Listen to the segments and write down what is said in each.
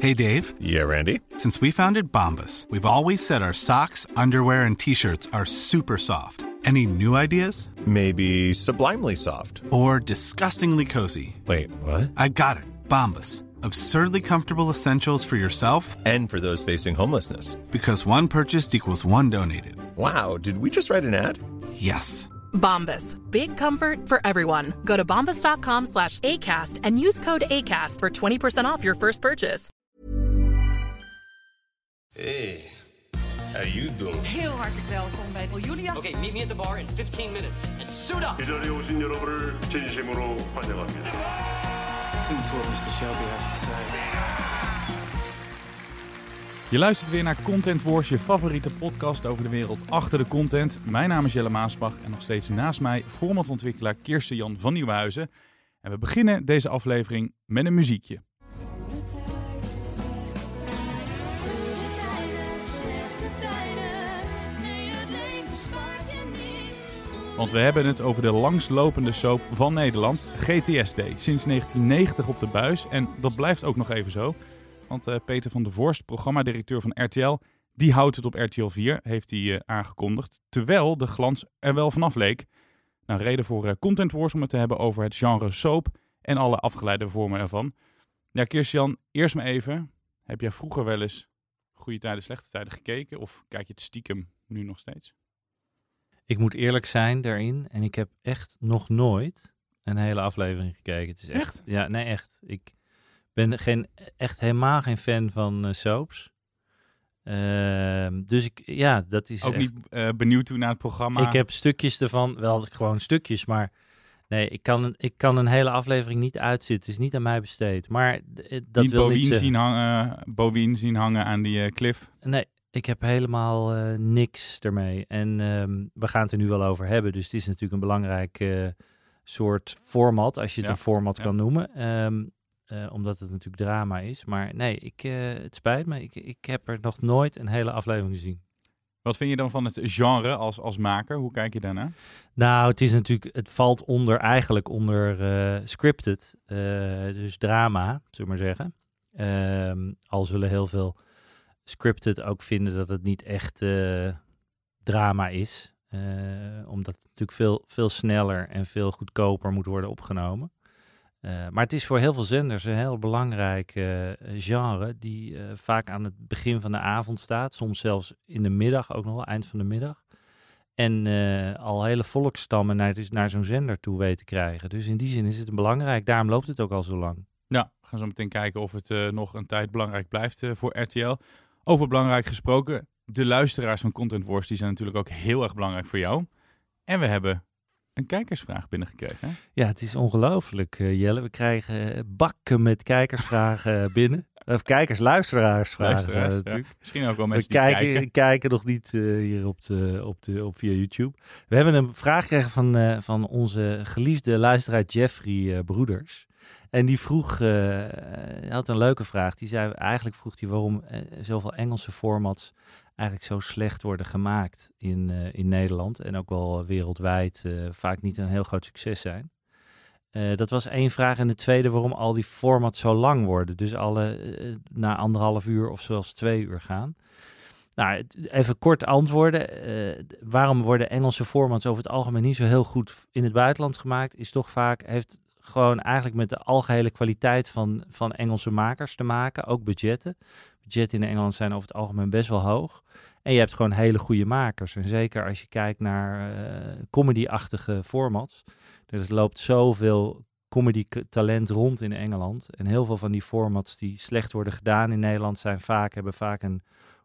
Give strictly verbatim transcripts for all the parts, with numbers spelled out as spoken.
Hey, Dave. Yeah, Randy? Since we founded Bombas, we've always said our socks, underwear, and T-shirts are super soft. Any new ideas? Maybe sublimely soft. Or disgustingly cozy. Wait, what? I got it. Bombas. Absurdly comfortable essentials for yourself and for those facing homelessness. Because one purchased equals one donated. Wow, did we just write an ad? Yes. Bombas. Big comfort for everyone. Go to bombas.com slash ACAST and use code ACAST for twenty percent off your first purchase. Hey, how you doing? Heel hartelijk welkom bij Julia. Okay, meet me at the bar in fifteen minutes and suit up. 이 자리에 오신 여러분을 진심으로 환영합니다. Listen to what mister Shelby has to say. Je luistert weer naar Content Wars, je favoriete podcast over de wereld achter de content. Mijn naam is Jelle Maasbach en nog steeds naast mij formatontwikkelaar Kirsten Jan van Nieuwenhuizen. En we beginnen deze aflevering met een muziekje. Want we hebben het over de langslopende soap van Nederland, G T S T. Sinds negentien negentig op de buis en dat blijft ook nog even zo. Want uh, Peter van der Vorst, programmadirecteur van R T L, die houdt het op R T L vier, heeft hij uh, aangekondigd. Terwijl de glans er wel vanaf leek. Nou, reden voor uh, Content Wars om het te hebben over het genre soap en alle afgeleide vormen ervan. Ja, Kirsten, eerst maar even. Heb jij vroeger wel eens goede tijden, slechte tijden gekeken? Of kijk je het stiekem nu nog steeds? Ik moet eerlijk zijn daarin. En ik heb echt nog nooit een hele aflevering gekeken. Het is echt? Echt? Ja, nee, echt. Ik ben geen, echt helemaal geen fan van uh, soaps. Uh, dus ik, ja, dat is Ook echt... niet uh, benieuwd toe naar het programma? Ik heb stukjes ervan, wel gewoon stukjes, maar nee, ik kan een, ik kan een hele aflevering niet uitzitten. Het is niet aan mij besteed. Maar d- dat niet wil Bovien niet zien hangen, Bovien zien hangen aan die uh, cliff? Nee, ik heb helemaal uh, niks ermee. En um, we gaan het er nu wel over hebben. Dus het is natuurlijk een belangrijk uh, soort format, als je het ja. een format ja. kan noemen. Um, uh, omdat het natuurlijk drama is. Maar nee, ik, uh, het spijt me. Ik, ik heb er nog nooit een hele aflevering gezien. Wat vind je dan van het genre als, als maker? Hoe kijk je daarnaar? Nou, het is natuurlijk, het valt onder eigenlijk onder uh, scripted, uh, dus drama, zullen we maar zeggen. Um, al zullen heel veel scripted ook vinden dat het niet echt uh, drama is, uh, omdat het natuurlijk veel, veel sneller en veel goedkoper moet worden opgenomen. Uh, maar het is voor heel veel zenders een heel belangrijk uh, genre die uh, vaak aan het begin van de avond staat. Soms zelfs in de middag ook nog wel, eind van de middag. En uh, al hele volksstammen naar, naar zo'n zender toe weten krijgen. Dus in die zin is het belangrijk. Daarom loopt het ook al zo lang. Ja, we gaan zo meteen kijken of het uh, nog een tijd belangrijk blijft uh, voor R T L. Over belangrijk gesproken, de luisteraars van Content Wars die zijn natuurlijk ook heel erg belangrijk voor jou. En we hebben een kijkersvraag binnengekregen. Hè? Ja, het is ongelooflijk, uh, Jelle. We krijgen bakken met kijkersvragen binnen. Of kijkers, luisteraarsvragen. Luisteraars, uh, natuurlijk. Ja. Misschien ook wel mensen we die kijken, kijken. kijken nog niet uh, hier op de, op de, op via YouTube. We hebben een vraag gekregen van, uh, van onze geliefde luisteraar Jeffrey uh, Broeders. En die vroeg, uh, hij had een leuke vraag. Die zei, eigenlijk vroeg hij waarom uh, zoveel Engelse formats eigenlijk zo slecht worden gemaakt in, uh, in Nederland. En ook wel wereldwijd uh, vaak niet een heel groot succes zijn. Uh, dat was één vraag. En de tweede, waarom al die formats zo lang worden. Dus alle uh, na anderhalf uur of zelfs twee uur gaan. Nou, even kort antwoorden. Uh, waarom worden Engelse formats over het algemeen niet zo heel goed in het buitenland gemaakt? Is toch vaak, heeft gewoon eigenlijk met de algehele kwaliteit van, van Engelse makers te maken. Ook budgetten. Budgetten in Engeland zijn over het algemeen best wel hoog. En je hebt gewoon hele goede makers. En zeker als je kijkt naar uh, comedy-achtige formats. Er loopt zoveel comedy-talent rond in Engeland. En heel veel van die formats die slecht worden gedaan in Nederland zijn vaak, hebben vaak een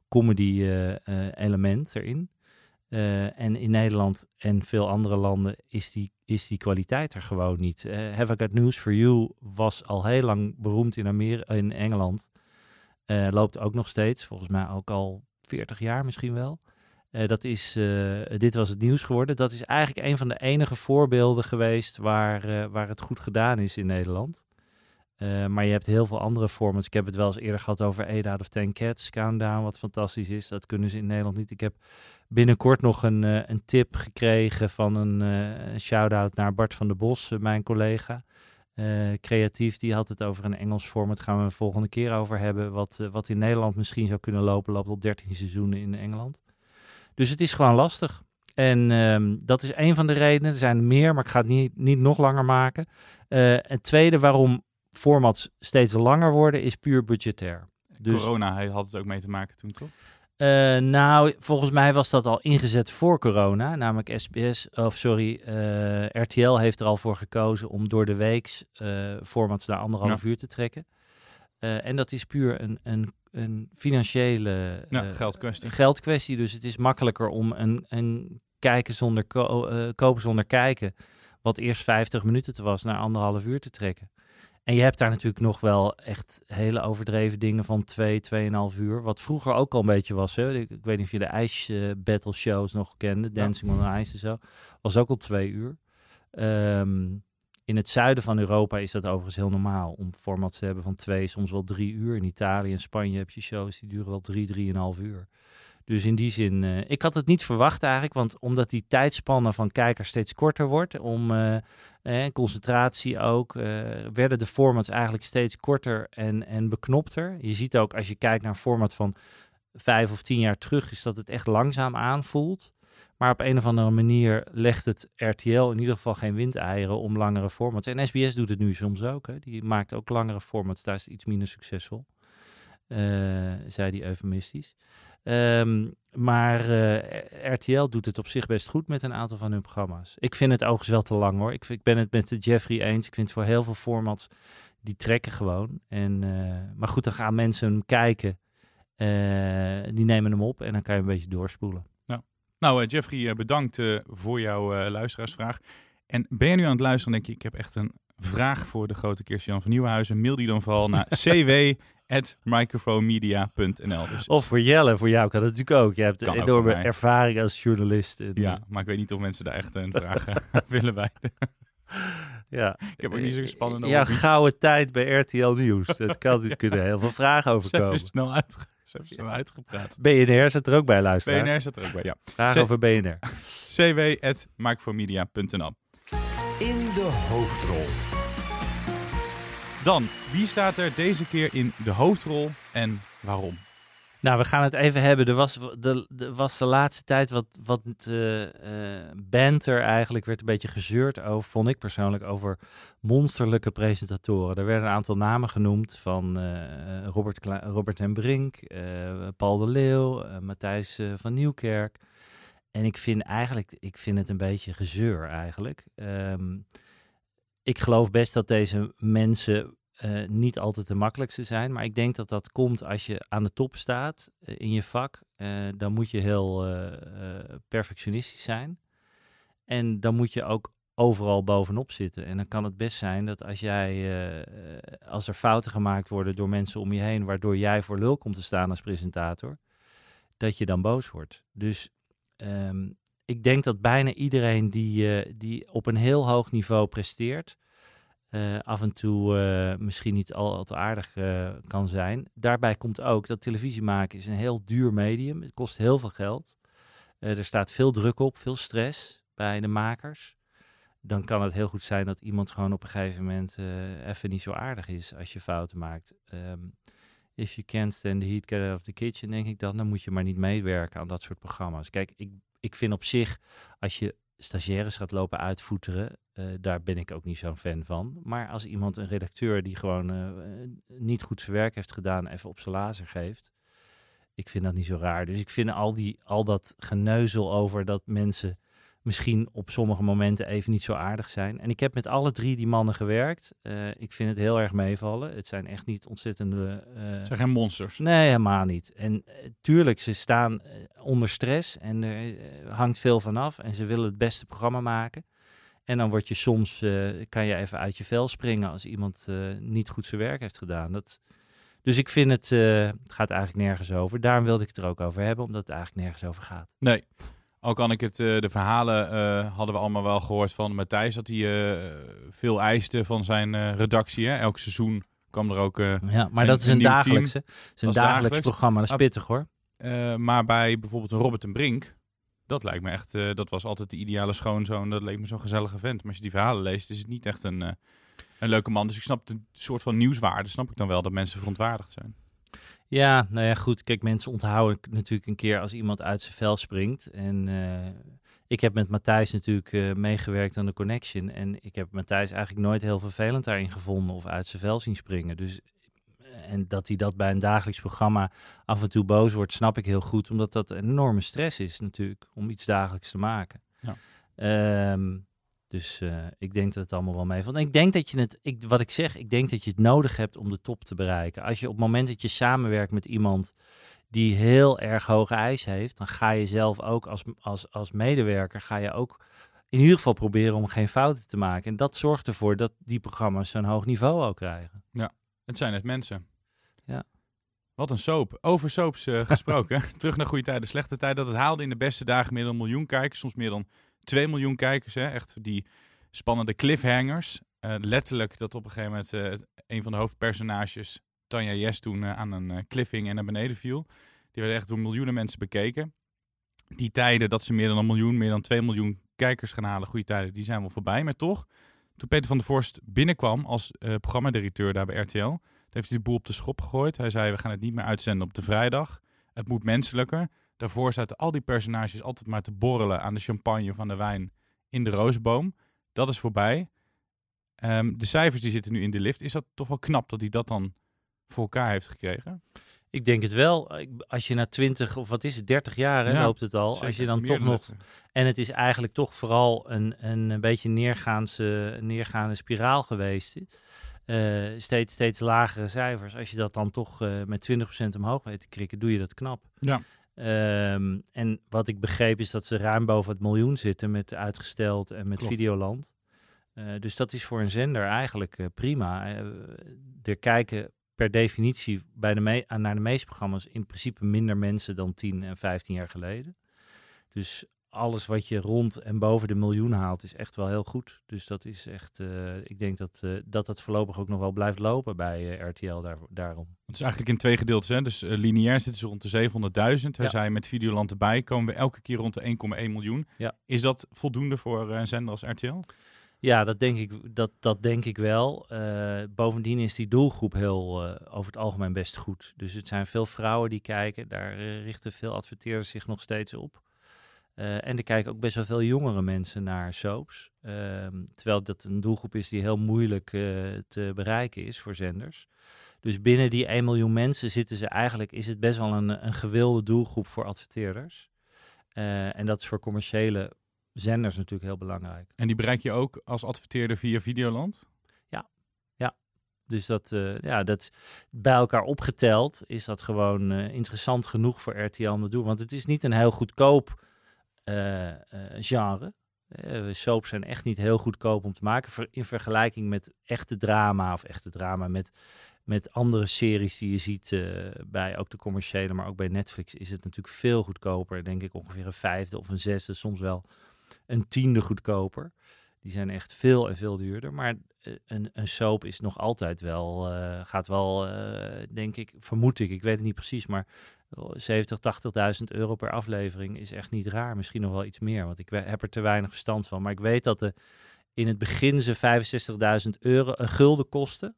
comedy-element uh, uh, erin. Uh, en in Nederland en veel andere landen is die, is die kwaliteit er gewoon niet. Uh, Have I Got News For You was al heel lang beroemd in, Amer- in Engeland. Uh, loopt ook nog steeds, volgens mij ook al veertig jaar misschien wel. Uh, dat is, uh, dit was het nieuws geworden. Dat is eigenlijk een van de enige voorbeelden geweest waar, uh, waar het goed gedaan is in Nederland. Uh, maar je hebt heel veel andere formats. Ik heb het wel eens eerder gehad over eight out of ten Cats, Countdown, wat fantastisch is. Dat kunnen ze in Nederland niet. Ik heb binnenkort nog een, uh, een tip gekregen van een uh, shout-out naar Bart van der Bos, uh, mijn collega. Uh, creatief, die had het over een Engels format. Gaan we een volgende keer over hebben. Wat, uh, wat in Nederland misschien zou kunnen lopen. Loopt al dertien seizoenen in Engeland. Dus het is gewoon lastig. En um, dat is een van de redenen. Er zijn meer, maar ik ga het niet, niet nog langer maken. Uh, het tweede waarom formats steeds langer worden, is puur budgetair. Dus, corona hij had het ook mee te maken toen, toch? Uh, nou, volgens mij was dat al ingezet voor corona. Namelijk S B S, of sorry, uh, R T L heeft er al voor gekozen om door de weeks uh, formats naar anderhalf ja. uur te trekken. Uh, en dat is puur een, een, een financiële uh, ja, geldkwestie. geldkwestie. Dus het is makkelijker om een, een kijken zonder ko- uh, kopen zonder kijken, wat eerst vijftig minuten te was, naar anderhalf uur te trekken. En je hebt daar natuurlijk nog wel echt hele overdreven dingen van twee, tweeënhalf uur. Wat vroeger ook al een beetje was. Hè? Ik, ik weet niet of je de ijs-battle uh, shows nog kende. Dancing ja. on Ice en zo. Was ook al twee uur. Um, in het zuiden van Europa is dat overigens heel normaal. Om formats te hebben van twee, soms wel drie uur. In Italië en Spanje heb je shows die duren wel drie, drieënhalf uur. Dus in die zin, uh, ik had het niet verwacht eigenlijk, want omdat die tijdspanne van kijkers steeds korter wordt, om uh, eh, concentratie ook, uh, werden de formats eigenlijk steeds korter en, en beknopter. Je ziet ook, als je kijkt naar een format van vijf of tien jaar terug, is dat het echt langzaam aanvoelt. Maar op een of andere manier legt het R T L in ieder geval geen windeieren om langere formats. En S B S doet het nu soms ook. Hè. Die maakt ook langere formats, daar is het iets minder succesvol. Uh, zei die eufemistisch. Um, maar uh, R T L doet het op zich best goed met een aantal van hun programma's. Ik vind het overigens wel te lang hoor. Ik, ik ben het met de Jeffrey eens. Ik vind het voor heel veel formats, die trekken gewoon. En, uh, maar goed, dan gaan mensen hem kijken. Uh, die nemen hem op en dan kan je een beetje doorspoelen. Ja. Nou uh, Jeffrey, uh, bedankt uh, voor jouw uh, luisteraarsvraag. En ben je nu aan het luisteren denk je, ik heb echt een vraag voor de grote Kirsten van Nieuwenhuizen. Mail die dan vooral naar c w at microfoonmedia punt n l. Dus of voor Jelle, voor jou kan dat natuurlijk ook. Je hebt een enorme ervaring als journalist. En, ja, maar ik weet niet of mensen daar echt een vraag willen wijden. Ja. Ik heb ook niet zo spannend. Ja, gouden tijd bij R T L Nieuws. Dat kan, er kunnen heel veel vragen over komen. Ze hebben snel, uitge- ze hebben snel uitgepraat. B N R zit er ook bij, luisteren. B N R zit er ook bij, ja. Vragen C- over B N R. c w at microfoonmedia punt n l. In de hoofdrol. Dan, wie staat er deze keer in de hoofdrol en waarom? Nou, we gaan het even hebben. Er was de, de, was de laatste tijd wat, wat uh, uh, banter eigenlijk. Werd een beetje gezeurd over, vond ik persoonlijk, over monsterlijke presentatoren. Er werden een aantal namen genoemd van uh, Robert, Kla- Robert ten Brink, uh, Paul de Leeuw, uh, Matthijs uh, van Nieuwkerk. En ik vind eigenlijk, ik vind het een beetje gezeur eigenlijk. Um, ik geloof best dat deze mensen uh, niet altijd de makkelijkste zijn. Maar ik denk dat dat komt als je aan de top staat uh, in je vak. Uh, dan moet je heel uh, uh, perfectionistisch zijn. En dan moet je ook overal bovenop zitten. En dan kan het best zijn dat als jij, uh, als er fouten gemaakt worden door mensen om je heen, waardoor jij voor lul komt te staan als presentator, dat je dan boos wordt. Dus um, ik denk dat bijna iedereen die, uh, die op een heel hoog niveau presteert, uh, af en toe uh, misschien niet al, al te aardig uh, kan zijn. Daarbij komt ook dat televisie maken is een heel duur medium. Het kost heel veel geld. Uh, er staat veel druk op, veel stress bij de makers. Dan kan het heel goed zijn dat iemand gewoon op een gegeven moment uh, even niet zo aardig is als je fouten maakt. Um, if you can't stand the heat, get out of the kitchen, denk ik dan. Dan moet je maar niet meewerken aan dat soort programma's. Kijk, ik, ik vind op zich, als je stagiaires gaat lopen uitvoeteren, uh, daar ben ik ook niet zo'n fan van. Maar als iemand, een redacteur die gewoon uh, niet goed zijn werk heeft gedaan, even op zijn lazer geeft, ik vind dat niet zo raar. Dus ik vind al, die, al dat geneuzel over dat mensen misschien op sommige momenten even niet zo aardig zijn. En ik heb met alle drie die mannen gewerkt. Uh, ik vind het heel erg meevallen. Het zijn echt niet ontzettende... Uh... Het zijn geen monsters. Nee, helemaal niet. En uh, tuurlijk, ze staan uh, onder stress en er uh, hangt veel van af. En ze willen het beste programma maken. En dan word je soms, uh, kan je even uit je vel springen als iemand uh, niet goed zijn werk heeft gedaan. Dat... Dus ik vind het, uh, het gaat eigenlijk nergens over. Daarom wilde ik het er ook over hebben, omdat het eigenlijk nergens over gaat. Nee. Al kan ik het, uh, de verhalen uh, hadden we allemaal wel gehoord van Matthijs, dat hij uh, veel eiste van zijn uh, redactie. Hè? Elk seizoen kwam er ook uh, Ja, maar een, dat is een, een dagelijkse. Het is een dagelijks dagelijks programma, dat is pittig hoor. Uh, maar bij bijvoorbeeld een Robert ten Brink, dat lijkt me echt, uh, dat was altijd de ideale schoonzoon. Dat leek me zo'n gezellige vent. Maar als je die verhalen leest, is het niet echt een... Uh, een leuke man. Dus ik snap de soort van nieuwswaarde, snap ik dan wel, dat mensen verontwaardigd zijn. Ja, nou ja, goed. Kijk, mensen onthouden natuurlijk een keer als iemand uit zijn vel springt. En uh, ik heb met Matthijs natuurlijk uh, meegewerkt aan de Connection. En ik heb Matthijs eigenlijk nooit heel vervelend daarin gevonden of uit zijn vel zien springen. Dus, en dat hij dat bij een dagelijks programma af en toe boos wordt, snap ik heel goed. Omdat dat een enorme stress is natuurlijk, om iets dagelijks te maken. Ja. Um, Dus uh, ik denk dat het allemaal wel meevalt. En ik denk dat je het, ik, wat ik zeg, ik denk dat je het nodig hebt om de top te bereiken. Als je op het moment dat je samenwerkt met iemand die heel erg hoge eisen heeft, dan ga je zelf ook als, als, als medewerker, ga je ook in ieder geval proberen om geen fouten te maken. En dat zorgt ervoor dat die programma's zo'n hoog niveau ook krijgen. Ja, het zijn net mensen. Ja. Wat een soap. Over soaps uh, gesproken. Terug naar goede tijden, slechte tijden. Dat het haalde in de beste dagen meer dan een miljoen kijkers, soms meer dan twee miljoen kijkers, hè? Echt die spannende cliffhangers. Uh, letterlijk dat op een gegeven moment uh, een van de hoofdpersonages, Tanja Yes, toen uh, aan een uh, cliffing en naar beneden viel. Die werden echt door miljoenen mensen bekeken. Die tijden dat ze meer dan een miljoen, meer dan twee miljoen kijkers gaan halen, goede tijden, die zijn wel voorbij. Maar toch, toen Peter van der Vorst binnenkwam als uh, programmadirecteur daar bij R T L, heeft hij de boel op de schop gegooid. Hij zei, we gaan het niet meer uitzenden op de vrijdag. Het moet menselijker. Daarvoor zaten al die personages altijd maar te borrelen aan de champagne of aan de wijn in de rozenboom. Dat is voorbij. Um, de cijfers die zitten nu in de lift. Is dat toch wel knap dat hij dat dan voor elkaar heeft gekregen? Ik denk het wel. Als je na twintig of wat is het, dertig jaar hè, ja, loopt het al. Zeker, als je dan toch nog... Letten. En het is eigenlijk toch vooral een, een beetje neergaande, neergaande spiraal geweest. Uh, steeds, steeds lagere cijfers. Als je dat dan toch uh, met twintig procent omhoog weet te krikken, doe je dat knap. Ja. Um, en wat ik begreep is dat ze ruim boven het miljoen zitten met Uitgesteld en met Klopt. Videoland. Uh, dus dat is voor een zender eigenlijk uh, prima. Uh, er kijken per definitie bij de me- naar de meeste programma's in principe minder mensen dan tien en vijftien jaar geleden. Dus alles wat je rond en boven de miljoen haalt is echt wel heel goed. Dus dat is echt, uh, ik denk dat, uh, dat dat voorlopig ook nog wel blijft lopen bij uh, R T L daar, daarom. Het is eigenlijk in twee gedeeltes, hè? Dus uh, lineair zitten ze rond de zevenhonderdduizend. Hij ja. zei met Videoland erbij komen we elke keer rond de één komma één miljoen. Ja. Is dat voldoende voor uh, een zender als R T L? Ja, dat denk ik, dat, dat denk ik wel. Uh, bovendien is die doelgroep heel uh, over het algemeen best goed. Dus het zijn veel vrouwen die kijken. Daar uh, richten veel adverteerders zich nog steeds op. Uh, en er kijken ook best wel veel jongere mensen naar soaps. Uh, terwijl dat een doelgroep is die heel moeilijk uh, te bereiken is voor zenders. Dus binnen die één miljoen mensen zitten ze eigenlijk, is het best wel een, een gewilde doelgroep voor adverteerders. Uh, en dat is voor commerciële zenders natuurlijk heel belangrijk. En die bereik je ook als adverteerder via Videoland? Ja, ja. Dus dat, uh, ja, dat bij elkaar opgeteld is dat gewoon uh, interessant genoeg voor R T L om te doen. Want het is niet een heel goedkoop uh, uh, genre. Uh, soaps zijn echt niet heel goedkoop om te maken. Ver, in vergelijking met echte drama of echte drama met, met andere series die je ziet uh, bij ook de commerciële, maar ook bij Netflix is het natuurlijk veel goedkoper. Denk ik ongeveer een vijfde of een zesde, soms wel een tiende goedkoper. Die zijn echt veel en veel duurder. Maar uh, een, een soap is nog altijd wel, uh, gaat wel, uh, denk ik, vermoed ik, ik weet het niet precies, maar zeventig, tachtigduizend euro per aflevering is echt niet raar. Misschien nog wel iets meer, want ik heb er te weinig verstand van. Maar ik weet dat de, in het begin ze vijfenzestigduizend euro uh, gulden kosten.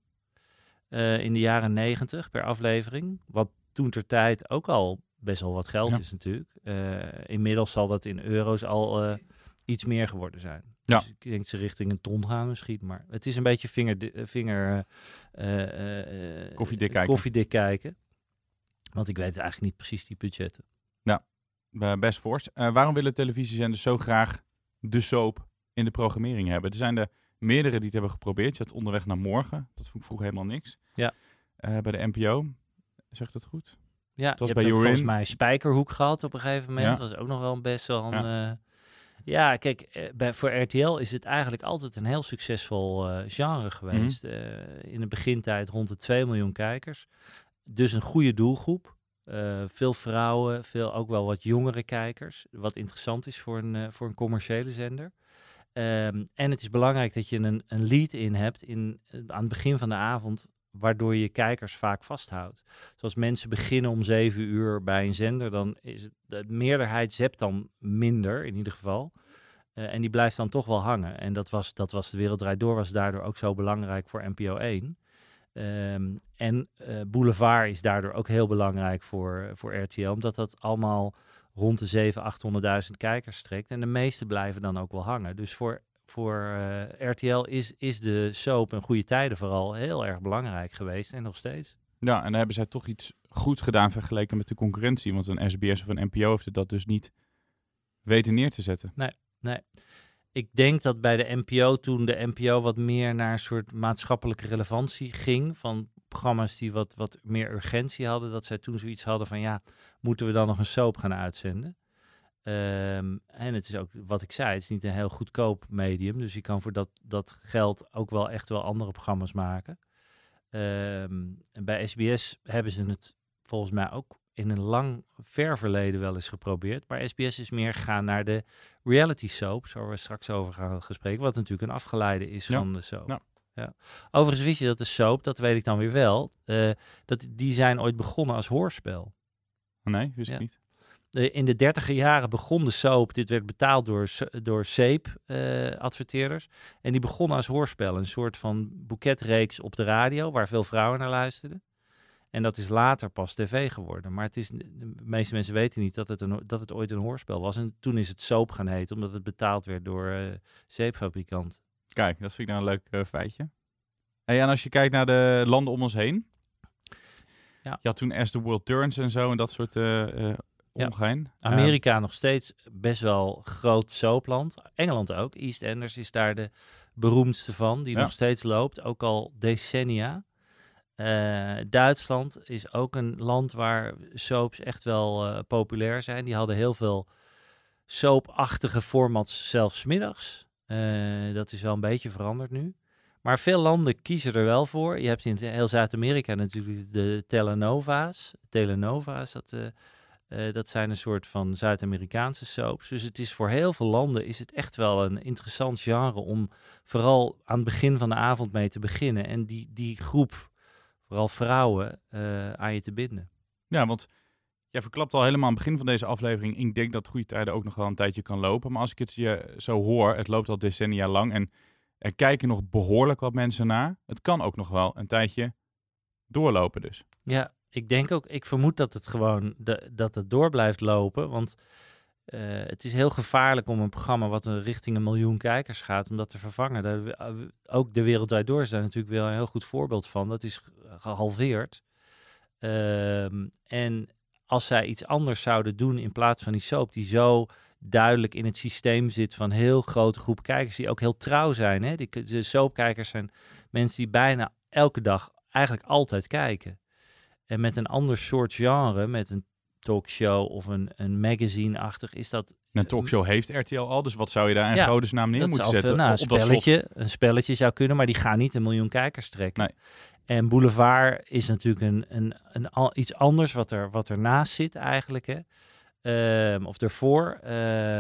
Uh, in de jaren negentig per aflevering. Wat toen ter tijd ook al best wel wat geld ja. is natuurlijk. Uh, inmiddels zal dat in euro's al uh, iets meer geworden zijn. Ja. Dus ik denk dat ze richting een ton gaan misschien. Maar het is een beetje vinger, vinger uh, uh, uh, koffiedik kijken. koffiedik kijken. Want ik weet eigenlijk niet precies die budgetten. Ja, best fors. Uh, waarom willen televisiezenders zo graag de soap in de programmering hebben? Er zijn er meerdere die het hebben geprobeerd. Je had Onderweg naar Morgen. Dat vond ik vroeger helemaal niks. Ja. Uh, bij de N P O. Zeg dat goed? Ja, het was je bij hebt volgens mij Spijkerhoek gehad op een gegeven moment. Ja. Dat was ook nog wel een best wel een... Ja, uh, ja kijk, uh, bij, voor R T L is het eigenlijk altijd een heel succesvol uh, genre geweest. Mm-hmm. Uh, in de begintijd rond de twee miljoen kijkers. Dus een goede doelgroep. Uh, veel vrouwen, veel ook wel wat jongere kijkers. Wat interessant is voor een, uh, voor een commerciële zender. Um, en het is belangrijk dat je een, een lead-in hebt in, uh, aan het begin van de avond, waardoor je je kijkers vaak vasthoudt. Zoals mensen beginnen om zeven uur bij een zender, dan is het, de meerderheid zept dan minder in ieder geval. Uh, en die blijft dan toch wel hangen. En dat was, dat was De Wereld Draait Door, was daardoor ook zo belangrijk voor N P O één. Um, en uh, Boulevard is daardoor ook heel belangrijk voor, voor R T L, omdat dat allemaal rond de zevenhonderdduizend, achthonderdduizend kijkers trekt. En de meeste blijven dan ook wel hangen. Dus voor, voor uh, R T L is, is de soap en Goede Tijden vooral heel erg belangrijk geweest en nog steeds. Ja, en dan hebben zij toch iets goed gedaan vergeleken met de concurrentie. Want een S B S of een N P O heeft het dat dus niet weten neer te zetten. Nee, nee. Ik denk dat bij de N P O toen de N P O wat meer naar een soort maatschappelijke relevantie ging. Van programma's die wat, wat meer urgentie hadden. Dat zij toen zoiets hadden van ja, moeten we dan nog een soap gaan uitzenden? Um, en het is ook, wat ik zei, het is niet een heel goedkoop medium. Dus je kan voor dat, dat geld ook wel echt wel andere programma's maken. Um, en bij S B S hebben ze het volgens mij ook in een lang ver verleden wel eens geprobeerd. Maar S B S is meer gegaan naar de reality soaps, waar we straks over gaan spreken, wat natuurlijk een afgeleide is ja. van de soap. Ja. Ja. Overigens wist je dat de soap, dat weet ik dan weer wel, uh, dat die zijn ooit begonnen als hoorspel. Nee, wist ik ja. niet. De, in de dertiger jaren begon de soap, dit werd betaald door, door zeep-adverteerders. Uh, en die begonnen als hoorspel, een soort van boeketreeks op de radio, waar veel vrouwen naar luisterden. En dat is later pas tv geworden. Maar het is, de meeste mensen weten niet dat het, een, dat het ooit een hoorspel was. En toen is het soap gaan heten, omdat het betaald werd door uh, zeepfabrikanten. Kijk, dat vind ik nou een leuk uh, feitje. Hey, en als je kijkt naar de landen om ons heen. Ja. Je had toen As the World Turns en zo en dat soort uh, uh, omgein. Ja. Amerika uh, nog steeds best wel groot soapland. Engeland ook. EastEnders is daar de beroemdste van. Die ja. nog steeds loopt, ook al decennia. Uh, Duitsland is ook een land waar soaps echt wel uh, populair zijn. Die hadden heel veel soapachtige formats, zelfs 's middags. Uh, dat is wel een beetje veranderd nu. Maar veel landen kiezen er wel voor. Je hebt in heel Zuid-Amerika natuurlijk de telenova's. Telenova's, dat, uh, uh, dat zijn een soort van Zuid-Amerikaanse soaps. Dus het is voor heel veel landen is het echt wel een interessant genre om vooral aan het begin van de avond mee te beginnen. En die, die groep, vooral vrouwen, uh, aan je te binden. Ja, want jij verklapt al helemaal aan het begin van deze aflevering. Ik denk dat Goede Tijden ook nog wel een tijdje kan lopen. Maar als ik het je zo hoor, het loopt al decennia lang en er kijken nog behoorlijk wat mensen naar. Het kan ook nog wel een tijdje doorlopen dus. Ja, ik denk ook, ik vermoed dat het gewoon de, dat het door blijft lopen. Want uh, het is heel gevaarlijk om een programma wat een richting een miljoen kijkers gaat, om dat te vervangen. De, ook De Wereld Draait Door is daar natuurlijk wel een heel goed voorbeeld van. Dat is gehalveerd. Uh, en als zij iets anders zouden doen in plaats van die soap die zo duidelijk in het systeem zit van heel grote groep kijkers die ook heel trouw zijn. Hè? Die, de soapkijkers zijn mensen die bijna elke dag eigenlijk altijd kijken. En met een ander soort genre, met een talkshow of een, een magazine-achtig, is dat... Een talkshow heeft R T L al, dus wat zou je daar in ja, godesnaam neer moeten zetten? Veel, nou, een, spelletje, een spelletje zou kunnen, maar die gaan niet een miljoen kijkers trekken. Nee. En Boulevard is natuurlijk een, een, een, een, iets anders wat er, wat ernaast zit eigenlijk, hè. Uh, of ervoor. Uh,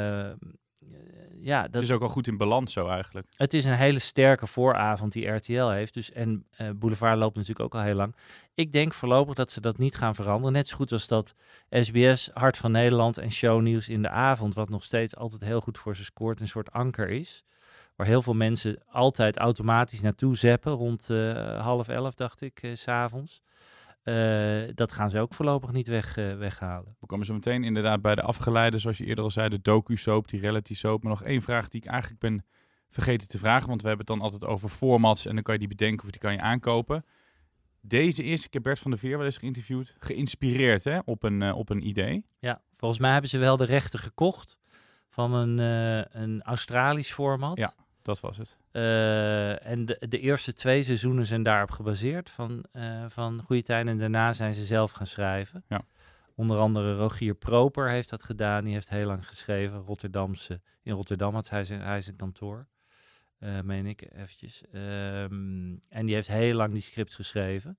ja, dat, het is ook al goed in balans zo eigenlijk. Het is een hele sterke vooravond die R T L heeft. Dus, en uh, Boulevard loopt natuurlijk ook al heel lang. Ik denk voorlopig dat ze dat niet gaan veranderen. Net zo goed als dat S B S, Hart van Nederland en Shownieuws in de avond, wat nog steeds altijd heel goed voor ze scoort, een soort anker is. Waar heel veel mensen altijd automatisch naartoe zappen. Rond uh, half elf, dacht ik, uh, 's avonds. Uh, dat gaan ze ook voorlopig niet weg, uh, weghalen. We komen zo meteen inderdaad bij de afgeleide, zoals je eerder al zei, de docu-soap, die reality-soap. Maar nog één vraag die ik eigenlijk ben vergeten te vragen, want we hebben het dan altijd over formats en dan kan je die bedenken of die kan je aankopen. Deze is, ik heb Bert van der Veer wel eens geïnterviewd, geïnspireerd hè, op, een, uh, op een idee. Ja, volgens mij hebben ze wel de rechten gekocht van een, uh, een Australisch format. Ja. Dat was het. Uh, en de, de eerste twee seizoenen zijn daarop gebaseerd van, uh, van Goede Tijden. En daarna zijn ze zelf gaan schrijven. Ja. Onder andere Rogier Proper heeft dat gedaan. Die heeft heel lang geschreven. Rotterdamse, in Rotterdam had hij zijn, hij zijn kantoor. Uh, meen ik eventjes. Um, en die heeft heel lang die scripts geschreven.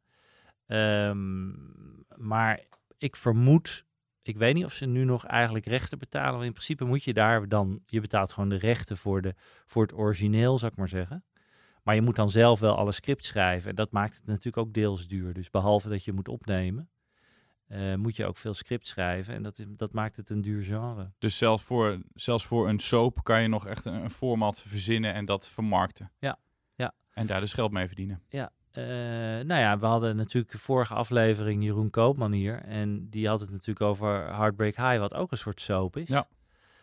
Um, maar ik vermoed... Ik weet niet of ze nu nog eigenlijk rechten betalen. Maar in principe moet je daar dan... Je betaalt gewoon de rechten voor, de, voor het origineel, zou ik maar zeggen. Maar je moet dan zelf wel alle scripts schrijven. En dat maakt het natuurlijk ook deels duur. Dus behalve dat je moet opnemen. uh, moet je ook veel script schrijven. En dat, is, dat maakt het een duur genre. Dus zelfs voor, zelfs voor een soap kan je nog echt een, een format verzinnen en dat vermarkten. Ja, ja. En daar dus geld mee verdienen. Ja. Uh, nou ja, we hadden natuurlijk de vorige aflevering Jeroen Koopman hier. En die had het natuurlijk over Heartbreak High, wat ook een soort soap is. Ja.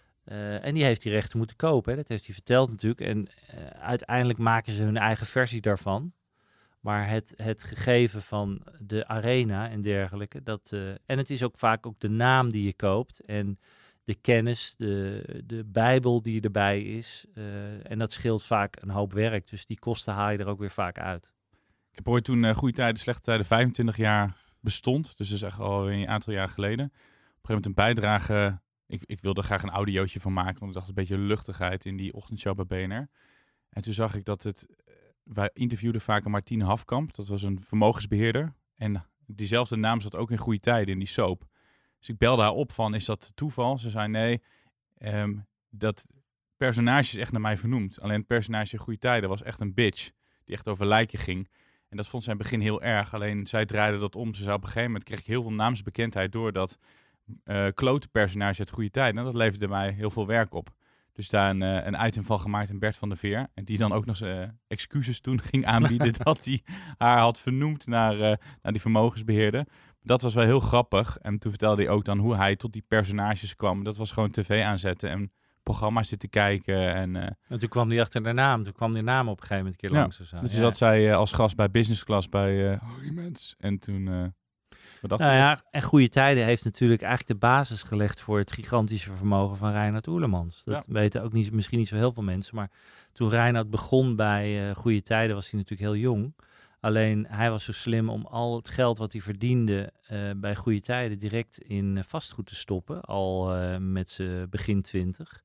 Uh, en die heeft die rechten moeten kopen. Hè? Dat heeft hij verteld natuurlijk. En uh, uiteindelijk maken ze hun eigen versie daarvan. Maar het, het gegeven van de arena en dergelijke. Dat, uh, en het is ook vaak ook de naam die je koopt. En de kennis, de, de Bijbel die erbij is. Uh, en dat scheelt vaak een hoop werk. Dus die kosten haal je er ook weer vaak uit. Ik heb ooit toen uh, Goede Tijden, Slechte Tijden vijfentwintig jaar bestond. Dus dat is echt al een aantal jaar geleden. Op een gegeven moment een bijdrage. Ik, ik wilde graag een audiootje van maken. Want ik dacht een beetje luchtigheid in die ochtendshow bij B N R. En toen zag ik dat het... Wij interviewden vaak een Martine Hafkamp. Dat was een vermogensbeheerder. En diezelfde naam zat ook in Goede Tijden in die soap. Dus ik belde haar op van, is dat toeval? Ze zei, nee, um, dat personage is echt naar mij vernoemd. Alleen het personage in Goede Tijden was echt een bitch. Die echt over lijken ging. En dat vond zij in het begin heel erg. Alleen zij draaide dat om. Ze zei op een gegeven moment kreeg ik heel veel naamsbekendheid door dat uh, klote personage uit Goede Tijden. En dat leverde mij heel veel werk op. Dus daar een, uh, een item van gemaakt in Bert van der Veer. En die dan ook nog zijn uh, excuses toen ging aanbieden dat hij haar had vernoemd naar, uh, naar die vermogensbeheerder. Dat was wel heel grappig. En toen vertelde hij ook dan hoe hij tot die personages kwam. Dat was gewoon tv aanzetten en programma's zitten kijken. En, uh... en toen kwam hij achter de naam. Toen kwam die naam op een gegeven moment een keer langs. Ja, of zo. dus ja. zat zij uh, als gast bij Business Class bij uh, Harry Mens. En toen... Uh, nou ja, en Goede Tijden heeft natuurlijk eigenlijk de basis gelegd voor het gigantische vermogen van Reinoud Oerlemans. Dat ja. weten ook niet, misschien niet zo heel veel mensen. Maar toen Reinoud begon bij uh, Goede Tijden was hij natuurlijk heel jong. Alleen hij was zo slim om al het geld wat hij verdiende uh, bij Goede Tijden direct in uh, vastgoed te stoppen. Al uh, met zijn begin twintig.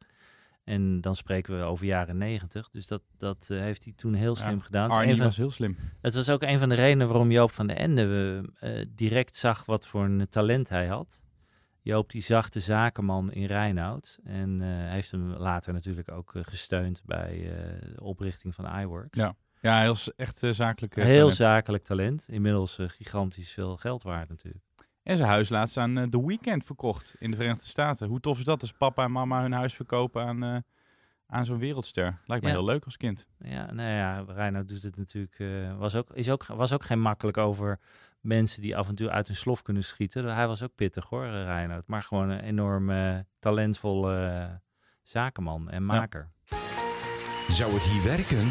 En dan spreken we over jaren negentig. Dus dat, dat uh, heeft hij toen heel slim ja, gedaan. Arnie van, was heel slim. Het was ook een van de redenen waarom Joop van den Ende uh, direct zag wat voor een talent hij had. Joop die zag de zakenman in Reinoud. En uh, heeft hem later natuurlijk ook uh, gesteund bij uh, de oprichting van iWorks. Ja, ja heel echt uh, zakelijk uh, Heel talent. zakelijk talent. Inmiddels uh, gigantisch veel geld waard natuurlijk. En zijn huis laatst aan uh, The Weeknd verkocht in de Verenigde Staten. Hoe tof is dat als papa en mama hun huis verkopen aan, uh, aan zo'n wereldster? Lijkt me ja. heel leuk als kind. Ja, nou ja, Reinoud doet het natuurlijk. Uh, was, ook, is ook, was ook geen makkelijk over mensen die af en toe uit hun slof kunnen schieten. Hij was ook pittig hoor, Reinoud. Maar gewoon een enorm uh, talentvolle uh, zakenman en maker. Ja. Zou het hier werken?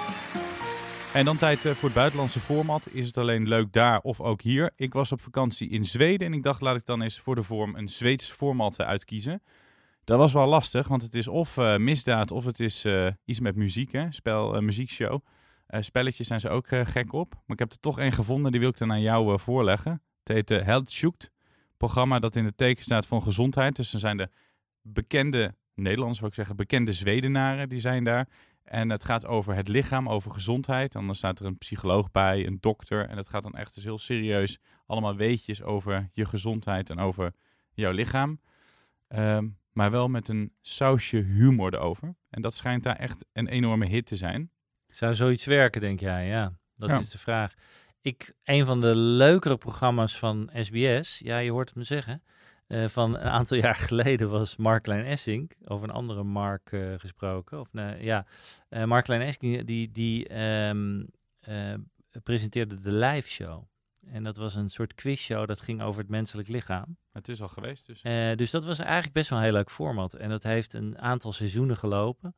En dan tijd voor het buitenlandse format. Is het alleen leuk daar of ook hier? Ik was op vakantie in Zweden en ik dacht laat ik dan eens voor de vorm een Zweeds format uitkiezen. Dat was wel lastig, want het is of uh, misdaad of het is uh, iets met muziek, hè? Spel, uh, muziekshow. Uh, spelletjes zijn ze ook uh, gek op. Maar ik heb er toch één gevonden, die wil ik dan aan jou uh, voorleggen. Het heet uh, Heldsjukt. Programma dat in het teken staat van gezondheid. Dus dan zijn de bekende Nederlanders, wil ik zeggen, bekende Zwedenaren, die zijn daar. En het gaat over het lichaam, over gezondheid. En dan staat er een psycholoog bij, een dokter. En het gaat dan echt dus heel serieus allemaal weetjes over je gezondheid en over jouw lichaam. Um, maar wel met een sausje humor erover. En dat schijnt daar echt een enorme hit te zijn. Zou zoiets werken, denk jij? Ja, dat ja. is de vraag. Ik, een van de leukere programma's van S B S, ja, je hoort het me zeggen... Uh, van een aantal jaar geleden was Mark-Lijn Essink, over een andere Mark uh, gesproken. Of, uh, ja, uh, Mark-Lijn Essink die, die um, uh, presenteerde de live show. En dat was een soort quizshow dat ging over het menselijk lichaam. Het is al geweest dus. Uh, dus dat was eigenlijk best wel een heel leuk format. En dat heeft een aantal seizoenen gelopen.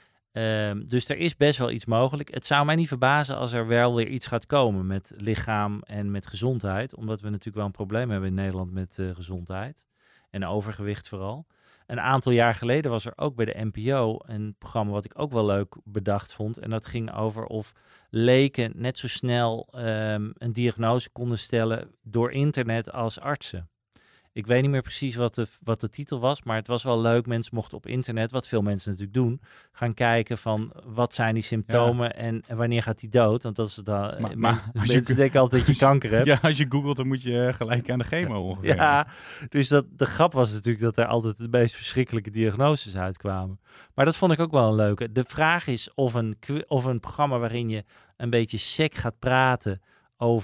Um, dus er is best wel iets mogelijk. Het zou mij niet verbazen als er wel weer iets gaat komen met lichaam en met gezondheid. Omdat we natuurlijk wel een probleem hebben in Nederland met uh, gezondheid. En overgewicht vooral. Een aantal jaar geleden was er ook bij de N P O een programma wat ik ook wel leuk bedacht vond. En dat ging over of leken net zo snel um, een diagnose konden stellen door internet als artsen. Ik weet niet meer precies wat de, wat de titel was, maar het was wel leuk. Mensen mochten op internet, wat veel mensen natuurlijk doen, gaan kijken van wat zijn die symptomen ja. en, en wanneer gaat die dood. Want dat is het dan. Maar, mensen maar mensen je, denken altijd dat je kanker hebt. Ja, als je googelt, dan moet je gelijk aan de chemo ongeveer. Ja, dus dat, de grap was natuurlijk dat er altijd de meest verschrikkelijke diagnoses uitkwamen. Maar dat vond ik ook wel een leuke. De vraag is of een, of een programma waarin je een beetje sec gaat praten over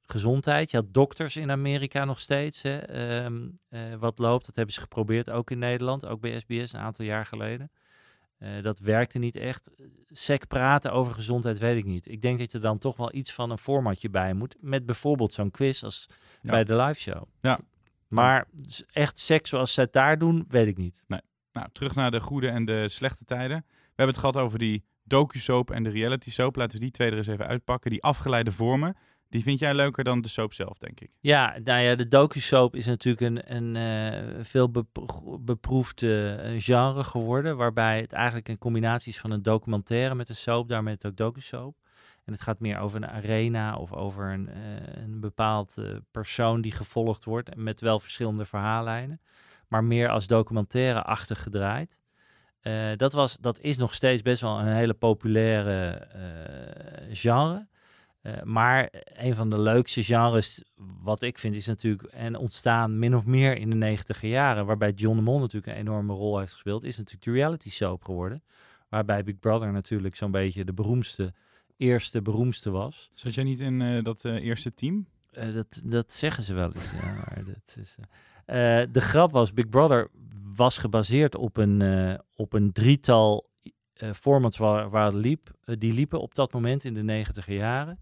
gezondheid. Je had dokters in Amerika nog steeds. Hè, um, uh, wat loopt, dat hebben ze geprobeerd, ook in Nederland. Ook bij S B S een aantal jaar geleden. Uh, dat werkte niet echt. Sec praten over gezondheid weet ik niet. Ik denk dat je dan toch wel iets van een formatje bij moet. Met bijvoorbeeld zo'n quiz als ja. bij de live show. Ja. Maar echt sec zoals ze het daar doen, weet ik niet. Nee. Nou, terug naar de goede en de slechte tijden. We hebben het gehad over die docu-soap en de reality soap. Laten we die twee er eens even uitpakken. Die afgeleide vormen. Die vind jij leuker dan de soap zelf, denk ik. Ja, nou ja, de docu-soap is natuurlijk een, een uh, veel bepro- beproefd uh, genre geworden. Waarbij het eigenlijk een combinatie is van een documentaire met een soap. Daarmee het ook docu-soap. En het gaat meer over een arena of over een, uh, een bepaald uh, persoon die gevolgd wordt. Met wel verschillende verhaallijnen. Maar meer als documentaire-achtig gedraaid. Uh, dat, was, dat is nog steeds best wel een hele populaire uh, genre. Uh, maar een van de leukste genres, wat ik vind, is natuurlijk en ontstaan min of meer in de negentiger jaren, waarbij John de Mol natuurlijk een enorme rol heeft gespeeld, is natuurlijk de reality soap geworden. Waarbij Big Brother natuurlijk zo'n beetje de beroemdste, eerste beroemdste was. Zat jij niet in uh, dat uh, eerste team? Uh, dat, dat zeggen ze wel eens, ja, maar dat is... Uh, Uh, de grap was, Big Brother was gebaseerd op een, uh, op een drietal uh, formats waar, waar liep, uh, die liepen op dat moment in de negentiger jaren.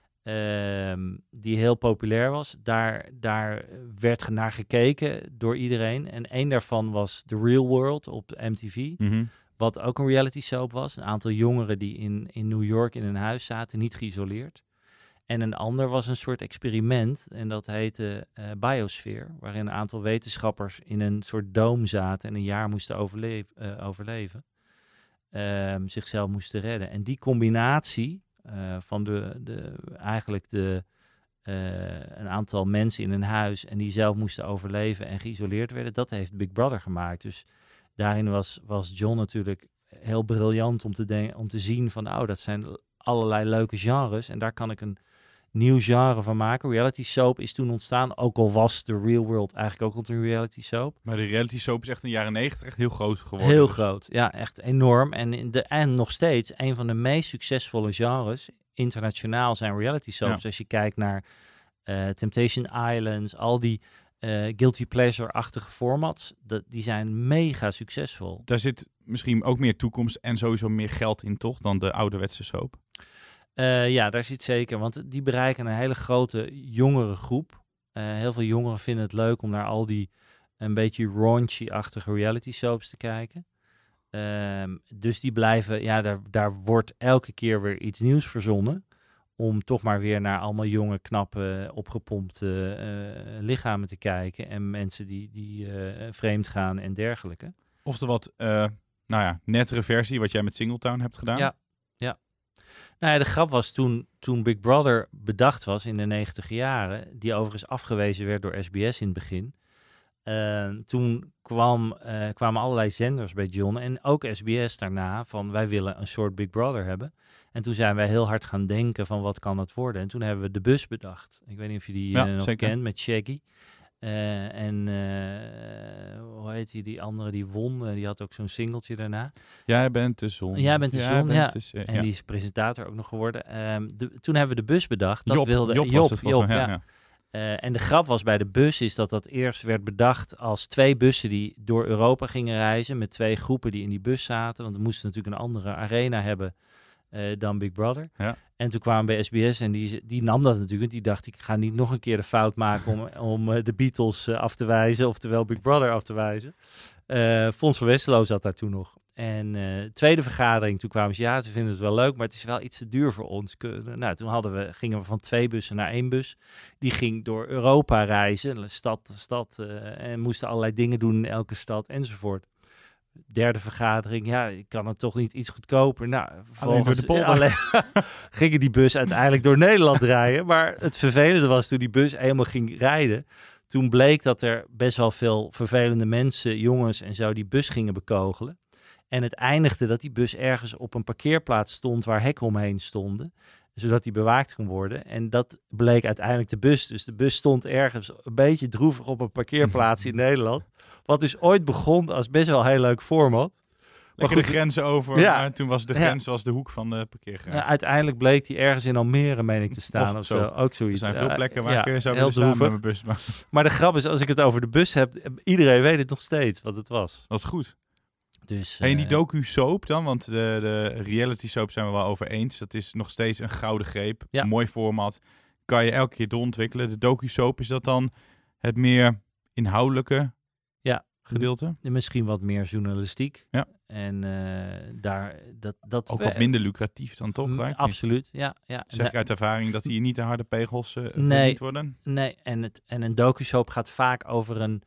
Uh, die heel populair was. Daar, daar werd naar gekeken door iedereen. En één daarvan was The Real World op M T V. Mm-hmm. Wat ook een reality soap was. Een aantal jongeren die in, in New York in een huis zaten, niet geïsoleerd. En een ander was een soort experiment en dat heette uh, Biosphere, waarin een aantal wetenschappers in een soort doom zaten en een jaar moesten overleef, uh, overleven, uh, zichzelf moesten redden. En die combinatie uh, van de, de, eigenlijk de, uh, een aantal mensen in een huis en die zelf moesten overleven en geïsoleerd werden, dat heeft Big Brother gemaakt. Dus daarin was, was John natuurlijk heel briljant om te, de- om te zien van, oh, dat zijn allerlei leuke genres en daar kan ik een nieuw genre van maken. Reality soap is toen ontstaan, ook al was The Real World eigenlijk ook al een reality soap. Maar de reality soap is echt in de jaren negentig echt heel groot geworden. Heel dus. groot, ja, echt enorm. En, in de, en nog steeds een van de meest succesvolle genres internationaal zijn reality soaps. Ja. Als je kijkt naar uh, Temptation Islands, al die uh, guilty pleasure-achtige formats, dat, die zijn mega succesvol. Daar zit misschien ook meer toekomst en sowieso meer geld in, toch, dan de ouderwetse soap? Uh, ja, daar zit zeker, want die bereiken een hele grote jongere groep. Uh, heel veel jongeren vinden het leuk om naar al die een beetje raunchy-achtige reality soaps te kijken. Uh, dus die blijven, ja, daar, daar wordt elke keer weer iets nieuws verzonnen. Om toch maar weer naar allemaal jonge, knappe, opgepompte uh, lichamen te kijken. En mensen die, die uh, vreemd gaan en dergelijke. Of de wat, uh, nou ja, nettere versie, wat jij met Singletown hebt gedaan. Ja, ja. Nou ja, de grap was toen, toen Big Brother bedacht was in de negentiger jaren, die overigens afgewezen werd door S B S in het begin. Uh, toen kwam, uh, kwamen allerlei zenders bij John en ook S B S daarna van wij willen een soort Big Brother hebben. En toen zijn wij heel hard gaan denken van wat kan het worden. En toen hebben we De Bus bedacht. Ik weet niet of je die ja, uh, nog zeker. kent met Shaggy. Uh, en uh, hoe heet die, die andere die won? Uh, die had ook zo'n singeltje daarna. Jij bent de zon. Jij bent de Jij zon, bent ja. Dus, uh, en ja. die is presentator ook nog geworden. Um, de, toen hebben we De Bus bedacht. Dat Job, wilde Job, Job, was het Job, ja, ja. ja. Uh, en de grap was bij De Bus is dat dat eerst werd bedacht als twee bussen die door Europa gingen reizen met twee groepen die in die bus zaten. Want we moesten natuurlijk een andere arena hebben uh, dan Big Brother. Ja. En toen kwamen we bij S B S en die, die nam dat natuurlijk. Die dacht, ik ga niet nog een keer de fout maken om, om uh, de Beatles uh, af te wijzen, oftewel Big Brother af te wijzen. Uh, Fons van Westerlo zat daar toen nog. En uh, tweede vergadering, toen kwamen ze, ja, ze vinden het wel leuk, maar het is wel iets te duur voor ons. Nou, toen hadden we, gingen we van twee bussen naar één bus. Die ging door Europa reizen, stad to stad, uh, en moesten allerlei dingen doen in elke stad enzovoort. Derde vergadering, ja, ik kan het toch niet iets goedkoper. Nou, alleen door de polder. Alleen, gingen die bus uiteindelijk door Nederland rijden. Maar het vervelende was toen die bus eenmaal ging rijden. Toen bleek dat er best wel veel vervelende mensen, jongens en zo, die bus gingen bekogelen. En het eindigde dat die bus ergens op een parkeerplaats stond waar hekken omheen stonden. Zodat die bewaakt kon worden. En dat bleek uiteindelijk de bus. Dus de bus stond ergens een beetje droevig op een parkeerplaats in Nederland. Wat dus ooit begon als best wel een heel leuk format. Lekker de grenzen over, ja. maar toen was de grens ja. was de hoek van de parkeergarage. Uh, uiteindelijk bleek hij ergens in Almere, meen ik, te staan of, of zo. zo. Ook zoiets. Er zijn veel plekken waar uh, ik ja, zou willen staan met mijn bus. Maar. maar de grap is, als ik het over de bus heb, iedereen weet het nog steeds wat het was. Wat goed. Dus, hey, en die uh, docu-soap dan, want de, de reality-soap zijn we wel over eens. Dat is nog steeds een gouden greep. Ja. Een mooi format. Kan je elke keer doorontwikkelen. De docu-soap, is dat dan het meer inhoudelijke ja. gedeelte? Misschien wat meer journalistiek. Ja. En uh, daar... Dat, dat ook wat minder lucratief dan toch? M- absoluut, ja. ja. Zeg ik uit ervaring dat hier niet de harde pegels uh, nee, verdiend worden? Nee, en, het, en een docu-soap gaat vaak over een...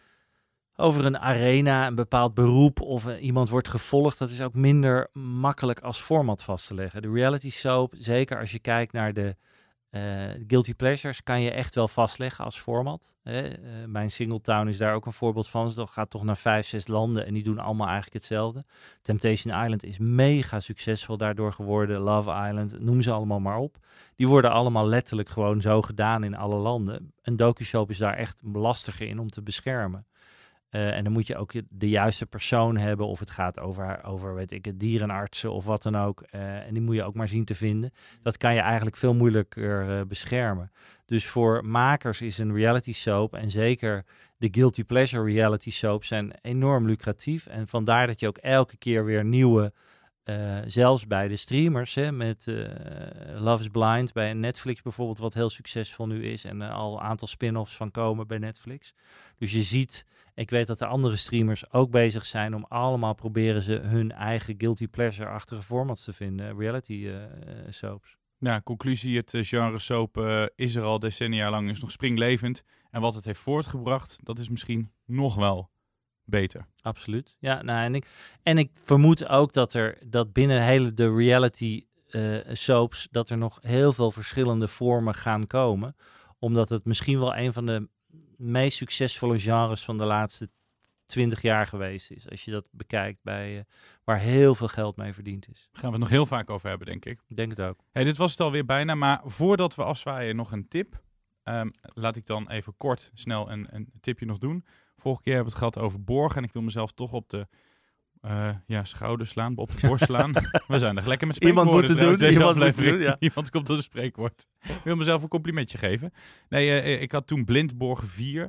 over een arena, een bepaald beroep of uh, iemand wordt gevolgd. Dat is ook minder makkelijk als format vast te leggen. De reality soap, zeker als je kijkt naar de uh, Guilty Pleasures, kan je echt wel vastleggen als format. Hè? Uh, mijn Singletown is daar ook een voorbeeld van. Ze gaat toch naar vijf, zes landen en die doen allemaal eigenlijk hetzelfde. Temptation Island is mega succesvol daardoor geworden. Love Island, noem ze allemaal maar op. Die worden allemaal letterlijk gewoon zo gedaan in alle landen. Een docu-soap is daar echt lastiger in om te beschermen. Uh, en dan moet je ook de juiste persoon hebben. Of het gaat over, over weet ik, dierenartsen of wat dan ook. Uh, en die moet je ook maar zien te vinden. Dat kan je eigenlijk veel moeilijker uh, beschermen. Dus voor makers is een reality soap, en zeker de guilty pleasure reality soaps, zijn enorm lucratief. En vandaar dat je ook elke keer weer nieuwe, uh, zelfs bij de streamers, hè, met uh, Love is Blind bij Netflix bijvoorbeeld, wat heel succesvol nu is. En uh, al een aantal spin-offs van komen bij Netflix. Dus je ziet... Ik weet dat de andere streamers ook bezig zijn om allemaal proberen ze hun eigen guilty pleasure-achtige formats te vinden. Reality uh, soaps. Ja, conclusie, het genre soap uh, is er al decennia lang, is nog springlevend. En wat het heeft voortgebracht, dat is misschien nog wel beter. Absoluut. Ja, nou, en, ik, en ik vermoed ook dat er dat binnen hele de reality uh, soaps, dat er nog heel veel verschillende vormen gaan komen. Omdat het misschien wel een van de meest succesvolle genres van de laatste twintig jaar geweest is. Als je dat bekijkt, bij uh, waar heel veel geld mee verdiend is. Daar gaan we het nog heel vaak over hebben, denk ik. Ik denk het ook. Hey, dit was het alweer bijna, maar voordat we afzwaaien nog een tip. Um, laat ik dan even kort, snel een, een tipje nog doen. Vorige keer hebben we het gehad over borgen en ik wil mezelf toch op de uh, ja, schouder slaan, op de borst slaan. We zijn er lekker met spreekwoorden. Iemand moet het doen. Iemand, moet doen ja. Iemand komt tot een spreekwoord. Ik wil mezelf een complimentje geven. Nee, uh, ik had toen Blindborgen vier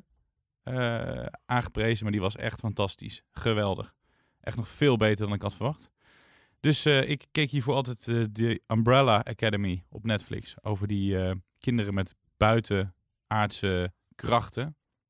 uh, aangeprezen, maar die was echt fantastisch. Geweldig. Echt nog veel beter dan ik had verwacht. Dus uh, ik keek hiervoor altijd uh, de Umbrella Academy op Netflix. Over die uh, kinderen met buitenaardse krachten.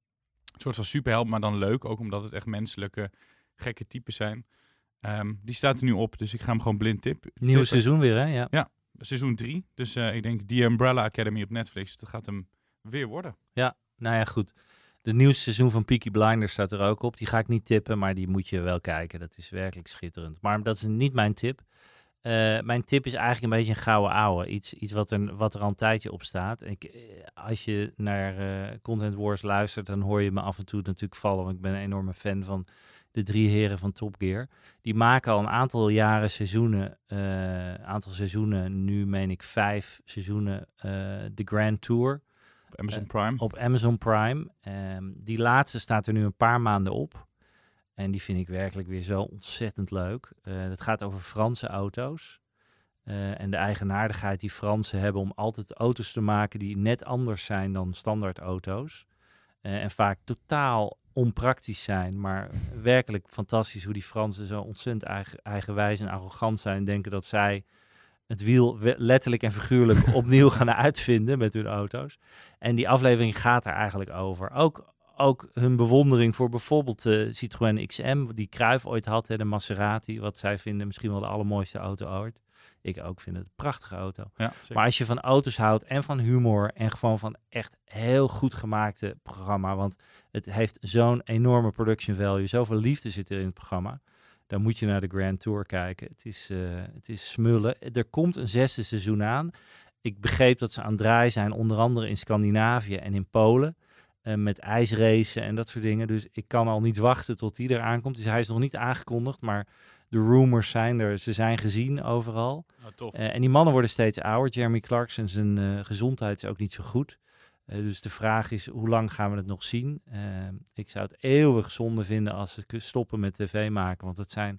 Een soort van superheld, maar dan leuk. Ook omdat het echt menselijke, gekke types zijn. Um, die staat er nu op, dus ik ga hem gewoon blind tip. Nieuw seizoen weer, hè? Ja, ja seizoen drie. Dus uh, ik denk The Umbrella Academy op Netflix, dat gaat hem weer worden. Ja, nou ja, goed. De nieuwste seizoen van Peaky Blinders staat er ook op. Die ga ik niet tippen, maar die moet je wel kijken. Dat is werkelijk schitterend. Maar dat is niet mijn tip. Uh, mijn tip is eigenlijk een beetje een gouden ouwe. Iets, iets wat, er, wat er al een tijdje op staat. Ik, als je naar uh, Content Wars luistert, dan hoor je me af en toe natuurlijk vallen. Want ik ben een enorme fan van de drie heren van Top Gear. Die maken al een aantal jaren seizoenen. Uh, aantal seizoenen, nu meen ik vijf seizoenen, uh, de Grand Tour. Op Amazon Prime. Uh, op Amazon Prime. Um, die laatste staat er nu een paar maanden op. En die vind ik werkelijk weer zo ontzettend leuk. Uh, dat gaat over Franse auto's. Uh, en de eigenaardigheid die Fransen hebben om altijd auto's te maken die net anders zijn dan standaard auto's. Uh, en vaak totaal onpraktisch zijn. Maar werkelijk fantastisch hoe die Fransen zo ontzettend eigen, eigenwijs en arrogant zijn. En denken dat zij het wiel letterlijk en figuurlijk opnieuw gaan uitvinden met hun auto's. En die aflevering gaat er eigenlijk over. Ook... Ook hun bewondering voor bijvoorbeeld de Citroën X M, die Cruijff ooit had, hè, de Maserati, wat zij vinden misschien wel de allermooiste auto ooit. Ik ook vind het een prachtige auto. Ja, maar als je van auto's houdt en van humor en gewoon van echt heel goed gemaakte programma, want het heeft zo'n enorme production value, zoveel liefde zit er in het programma, dan moet je naar de Grand Tour kijken. Het is, uh, het is smullen. Er komt een zesde seizoen aan. Ik begreep dat ze aan het draaien zijn, onder andere in Scandinavië en in Polen. Uh, met ijsracen en dat soort dingen. Dus ik kan al niet wachten tot die er aankomt. Dus hij is nog niet aangekondigd, maar de rumors zijn er. Ze zijn gezien overal. Oh, tof. Uh, en die mannen worden steeds ouder. Jeremy Clarkson, zijn uh, gezondheid is ook niet zo goed. Uh, dus de vraag is, hoe lang gaan we het nog zien? Uh, ik zou het eeuwig zonde vinden als ze stoppen met tv maken. Want het zijn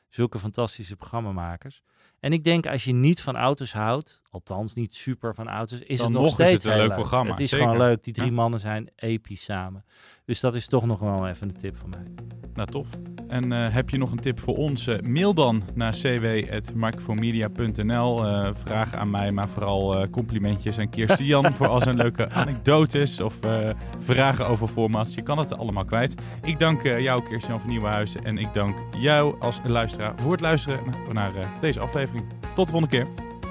Zulke fantastische programmamakers. En ik denk, als je niet van auto's houdt, althans niet super van auto's, is Dan het nog nog steeds is het een heel leuk leuk. programma, Het is zeker. gewoon leuk. Die drie Ja. mannen zijn episch samen. Dus dat is toch nog wel even een tip van mij. Nou, tof. En uh, heb je nog een tip voor ons? Uh, mail dan naar c w at microfoonmedia punt n l. Uh, vragen aan mij, maar vooral uh, complimentjes aan Kirsten Jan voor al zijn leuke anekdotes of uh, vragen over formats. Je kan het allemaal kwijt. Ik dank uh, jou, Kirsten Jan van Nieuwenhuizen. En ik dank jou als luisteraar voor het luisteren naar, naar uh, deze aflevering. Tot de volgende keer.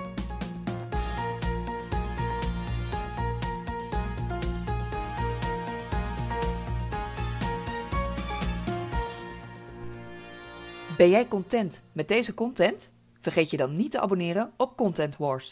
Ben jij content met deze content? Vergeet je dan niet te abonneren op Content Wars.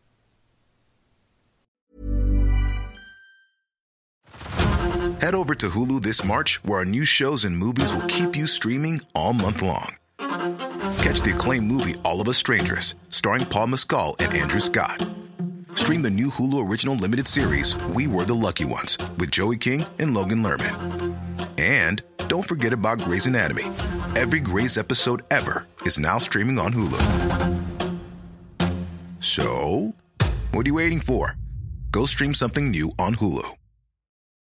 Head over to Hulu this March, where our new shows and movies will keep you streaming all month long. Catch the acclaimed movie All of Us Strangers, starring Paul Mescal and Andrew Scott. Stream the new Hulu original limited series We Were the Lucky Ones with Joey King and Logan Lerman. And don't forget about Grey's Anatomy. Every Grey's episode ever is now streaming on Hulu. So, what are you waiting for? Go stream something new on Hulu.